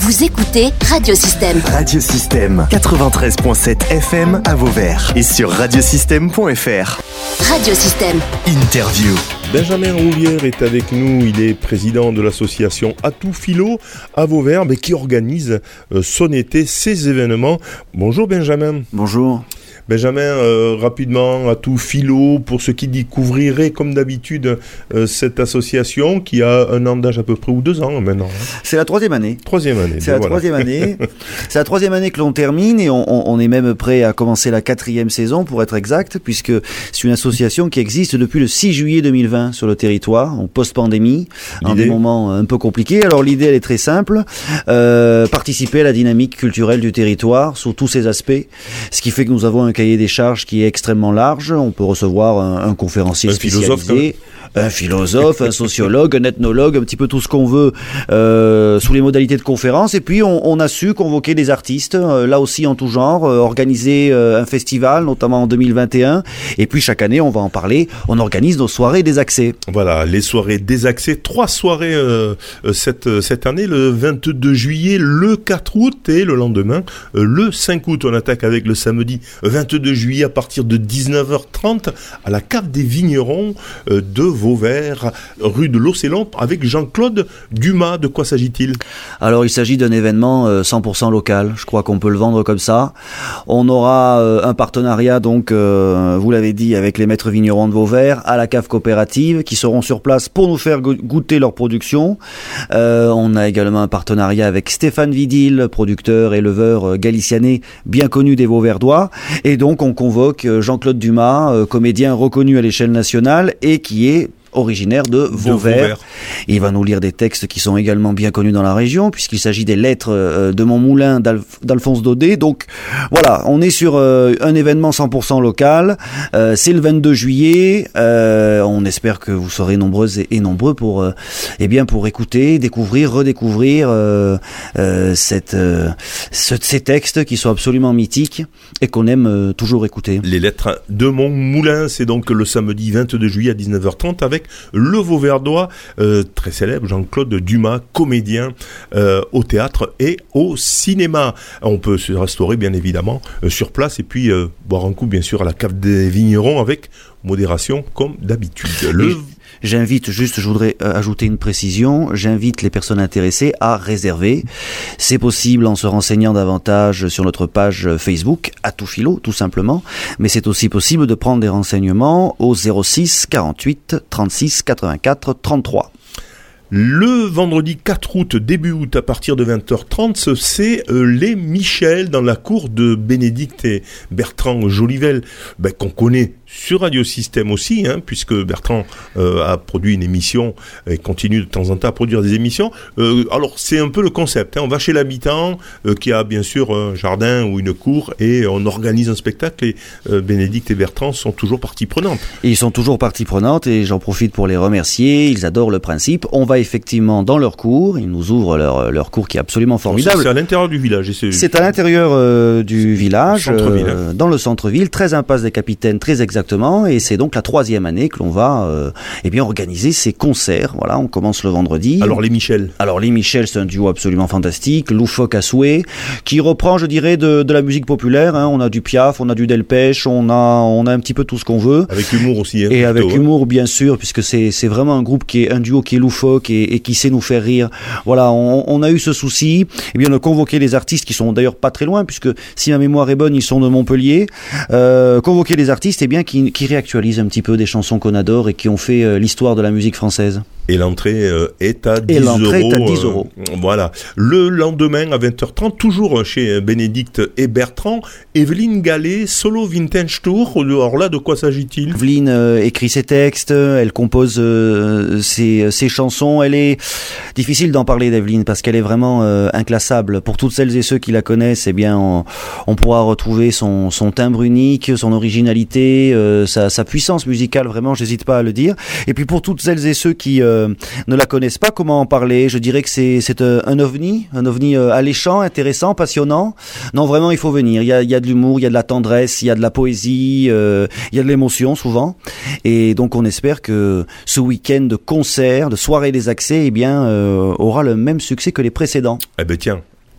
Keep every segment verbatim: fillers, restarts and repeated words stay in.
Vous écoutez Radiosystème. Radiosystème quatre-vingt-treize virgule sept F M à Vauvert et sur radiosystème point f r. Radiosystème. Interview. Benjamin Roulière est avec nous, il est président de l'association Atout Philo à Vauvert, mais qui organise euh, son été, ses événements. Bonjour Benjamin. Bonjour. Benjamin, euh, rapidement, Atout Philo, pour ceux qui découvriraient comme d'habitude euh, cette association qui a un an d'âge à peu près, ou deux ans maintenant. Hein. C'est la troisième année. Troisième année. C'est la voilà. troisième année. C'est la troisième année que l'on termine et on, on, on est même prêt à commencer la quatrième saison pour être exact, puisque c'est une association qui existe depuis le six juillet deux mille vingt sur le territoire, en post-pandémie, en des moments un peu compliqués. Alors l'idée, elle est très simple, euh, participer à la dynamique culturelle du territoire sous tous ses aspects, ce qui fait que nous avons un cahier des charges qui est extrêmement large. On peut recevoir un, un conférencier un spécialisé, un philosophe, un sociologue, un ethnologue, un petit peu tout ce qu'on veut euh, sous les modalités de conférence. Et puis on, on a su convoquer des artistes, euh, là aussi en tout genre, euh, organiser euh, un festival, notamment en deux mille vingt et un. Et puis chaque année, on va en parler, on organise nos soirées des accès. Voilà, les soirées des accès, trois soirées euh, cette, cette année, le vingt-deux juillet, le quatre août et le lendemain, euh, le cinq août. On attaque avec le samedi vingt-deux juillet à partir de dix-neuf heures trente à la cave des vignerons euh, de Vauvert, rue de l'Océan, avec Jean-Claude Dumas. De quoi s'agit-il ? Alors il s'agit d'un événement euh, cent pour cent local, je crois qu'on peut le vendre comme ça. On aura euh, un partenariat, donc euh, vous l'avez dit, avec les maîtres vignerons de Vauvert, à la cave coopérative, qui seront sur place pour nous faire go- goûter leur production. Euh, on a également un partenariat avec Stéphane Vidil, producteur, éleveur euh, galicianais, bien connu des Vauverdois. Et donc on convoque euh, Jean-Claude Dumas, euh, comédien reconnu à l'échelle nationale et qui est originaire de Vauvert. de Vauvert. Il va nous lire des textes qui sont également bien connus dans la région, puisqu'il s'agit des lettres euh, de mon moulin d'Alf- d'Alphonse Daudet. Donc voilà, on est sur euh, un événement cent pour cent local. Euh, c'est le vingt-deux juillet. Euh, on espère que vous serez nombreuses et, et nombreux pour, euh, eh bien, pour écouter, découvrir, redécouvrir euh, euh, cette, euh, ce, ces textes qui sont absolument mythiques et qu'on aime euh, toujours écouter. Les lettres de mon moulin, c'est donc le samedi vingt-deux juillet à dix-neuf heures trente avec le Vauverdois euh, très célèbre Jean-Claude Dumas, comédien euh, au théâtre et au cinéma. On peut se restaurer bien évidemment euh, sur place et puis euh, boire un coup bien sûr à la cave des vignerons avec modération comme d'habitude. Le... J'invite juste, je voudrais euh, ajouter une précision, j'invite les personnes intéressées à réserver. C'est possible en se renseignant davantage sur notre page Facebook, Atout Philo, tout simplement, mais c'est aussi possible de prendre des renseignements au zéro six quarante-huit trente-six quatre-vingt-quatre trente-trois. Le vendredi quatre août, début août, à partir de vingt heures trente, c'est euh, les Michel dans la cour de Bénédicte et Bertrand Jolivel, ben, qu'on connaît sur Radiosystème aussi, hein, puisque Bertrand euh, a produit une émission et continue de temps en temps à produire des émissions. Euh, alors c'est un peu le concept, hein, on va chez l'habitant euh, qui a bien sûr un jardin ou une cour et on organise un spectacle et euh, Bénédicte et Bertrand sont toujours partie prenante. Et ils sont toujours partie prenante et j'en profite pour les remercier, ils adorent le principe. On va effectivement dans leur cour, ils nous ouvrent leur, leur cour qui est absolument formidable. C'est à l'intérieur du village. Et c'est... c'est à l'intérieur euh, du village, centre-ville, euh, dans le centre-ville, treize impasse des Capitaines, très exactement, et c'est donc la troisième année que l'on va euh, eh bien organiser ces concerts. Voilà, on commence le vendredi. Alors les Michel. Alors les Michel, c'est un duo absolument fantastique, loufoque à souhait, qui reprend, je dirais, de, de la musique populaire. Hein. On a du Piaf, on a du Delpech, on a, on a un petit peu tout ce qu'on veut. Avec humour aussi. Hein, et plutôt, avec hein. humour, bien sûr, puisque c'est, c'est vraiment un groupe qui est un duo qui est loufoque et, et qui sait nous faire rire. Voilà, on, on a eu ce souci. Eh bien, de convoquer les artistes qui sont d'ailleurs pas très loin, puisque si ma mémoire est bonne, ils sont de Montpellier. Euh, convoquer les artistes, eh bien, qui, qui réactualisent un petit peu des chansons qu'on adore et qui ont fait euh, l'histoire de la musique française. Et l'entrée euh, est à dix et euros. l'entrée est à dix euros. Euh, voilà. Le lendemain, à vingt heures trente, toujours chez Bénédicte et Bertrand, Evelyne Gallet, solo vintage tour. Alors là, de quoi s'agit-il ? Evelyne euh, écrit ses textes, elle compose euh, ses, ses chansons. Elle est difficile d'en parler d'Evelyne parce qu'elle est vraiment euh, inclassable. Pour toutes celles et ceux qui la connaissent, eh bien, on, on pourra retrouver son, son timbre unique, son originalité, euh, sa, sa puissance musicale. Vraiment, j'hésite pas à le dire. Et puis pour toutes celles et ceux qui euh, ne la connaissent pas, comment en parler ? Je dirais que c'est, c'est un ovni, un ovni euh, alléchant, intéressant, passionnant. Non, vraiment, il faut venir. Il y a, il y a de l'humour, il y a de la tendresse, il y a de la poésie, euh, il y a de l'émotion souvent. Et donc, on espère que ce week-end de concert, de soirée des accès, eh bien, euh, aura le même succès que les précédents. Eh ben tiens,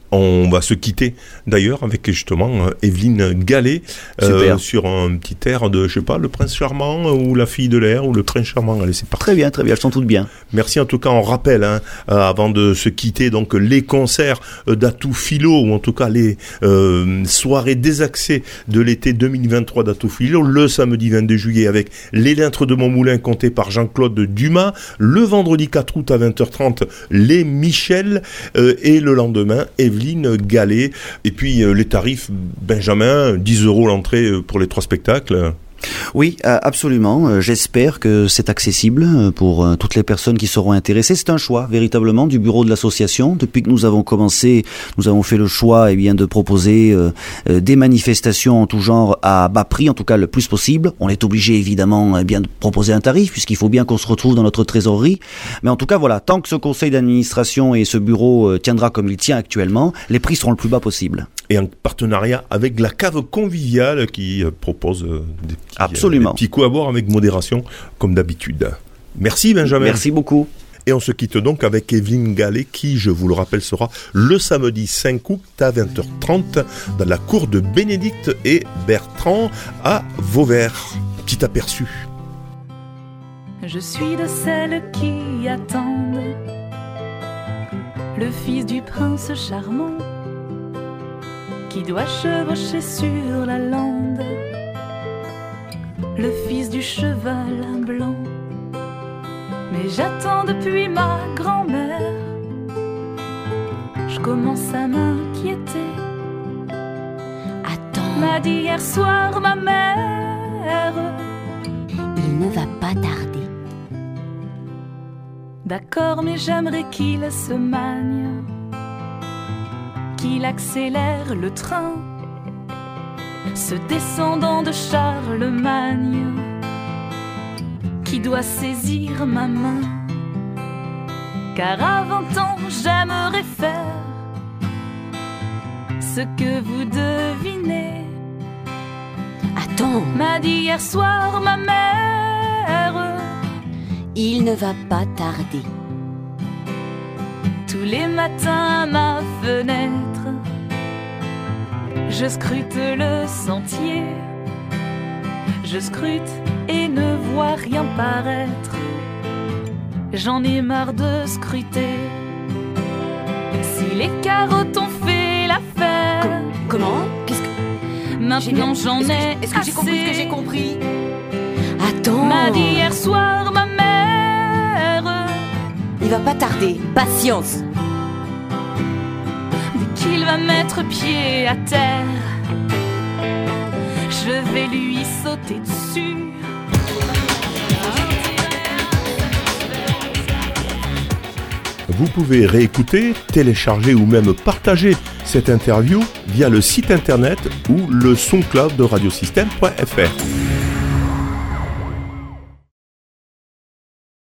On va se quitter d'ailleurs avec justement euh, Evelyne Gallet euh, sur un petit air de, je sais pas, le prince charmant ou la fille de l'air ou le prince charmant. Allez, c'est parti. Très bien, très bien, elles sont toutes bien. Merci en tout cas, on rappelle hein, euh, avant de se quitter donc les concerts euh, d'Atout Philo ou en tout cas les euh, soirées désaxées de l'été deux mille vingt-trois d'Atout Philo le samedi vingt-deux juillet avec Les Lentres de Montmoulin comptés par Jean-Claude Dumas, le vendredi quatre août à vingt heures trente les Michel euh, et le lendemain Evelyne Gallet. Et puis euh, les tarifs, Benjamin, dix euros l'entrée pour les trois spectacles. Oui, absolument. J'espère que c'est accessible pour toutes les personnes qui seront intéressées. C'est un choix, véritablement, du bureau de l'association. Depuis que nous avons commencé, nous avons fait le choix eh bien, de proposer euh, des manifestations en tout genre à bas prix, en tout cas le plus possible. On est obligé, évidemment, eh bien, de proposer un tarif, puisqu'il faut bien qu'on se retrouve dans notre trésorerie. Mais en tout cas, voilà, tant que ce conseil d'administration et ce bureau euh, tiendra comme il tient actuellement, les prix seront le plus bas possible. Et en partenariat avec la cave conviviale qui euh, propose euh, des petits, Absolument. Euh, des petits coups à boire avec modération, comme d'habitude. Merci Benjamin. Merci beaucoup. Et on se quitte donc avec Evelyne Gallet qui, je vous le rappelle, sera le samedi cinq août à vingt heures trente dans la cour de Bénédicte et Bertrand à Vauvert. Petit aperçu. Je suis de celles qui attendent le fils du prince charmant qui doit chevaucher sur la lande, le fils du cheval blanc. Mais j'attends depuis ma grand-mère, je commence à m'inquiéter. Attends, M'a dit hier soir ma mère, il ne va pas tarder. D'accord, mais j'aimerais qu'il se magne, qu'il accélère le train, ce descendant de Charlemagne, qui doit saisir ma main. Car à vingt ans, j'aimerais faire ce que vous devinez. Attends, M'a dit hier soir ma mère, il ne va pas tarder. tous les matins à ma fenêtre, je scrute le sentier, je scrute et ne vois rien paraître. J'en ai marre de scruter. Si les carottes ont fait l'affaire, Com- comment Qu'est-ce que... maintenant J'ai- j'en est-ce que- ai Est-ce que j'ai compris ce que assez. j'ai compris Attends, M'a dit hier soir ma mère, il va pas tarder. Patience. dès qu'il va mettre pied à terre, je vais lui sauter dessus. Vous pouvez réécouter, télécharger ou même partager cette interview via le site internet ou le SoundCloud de radiosystème point f r.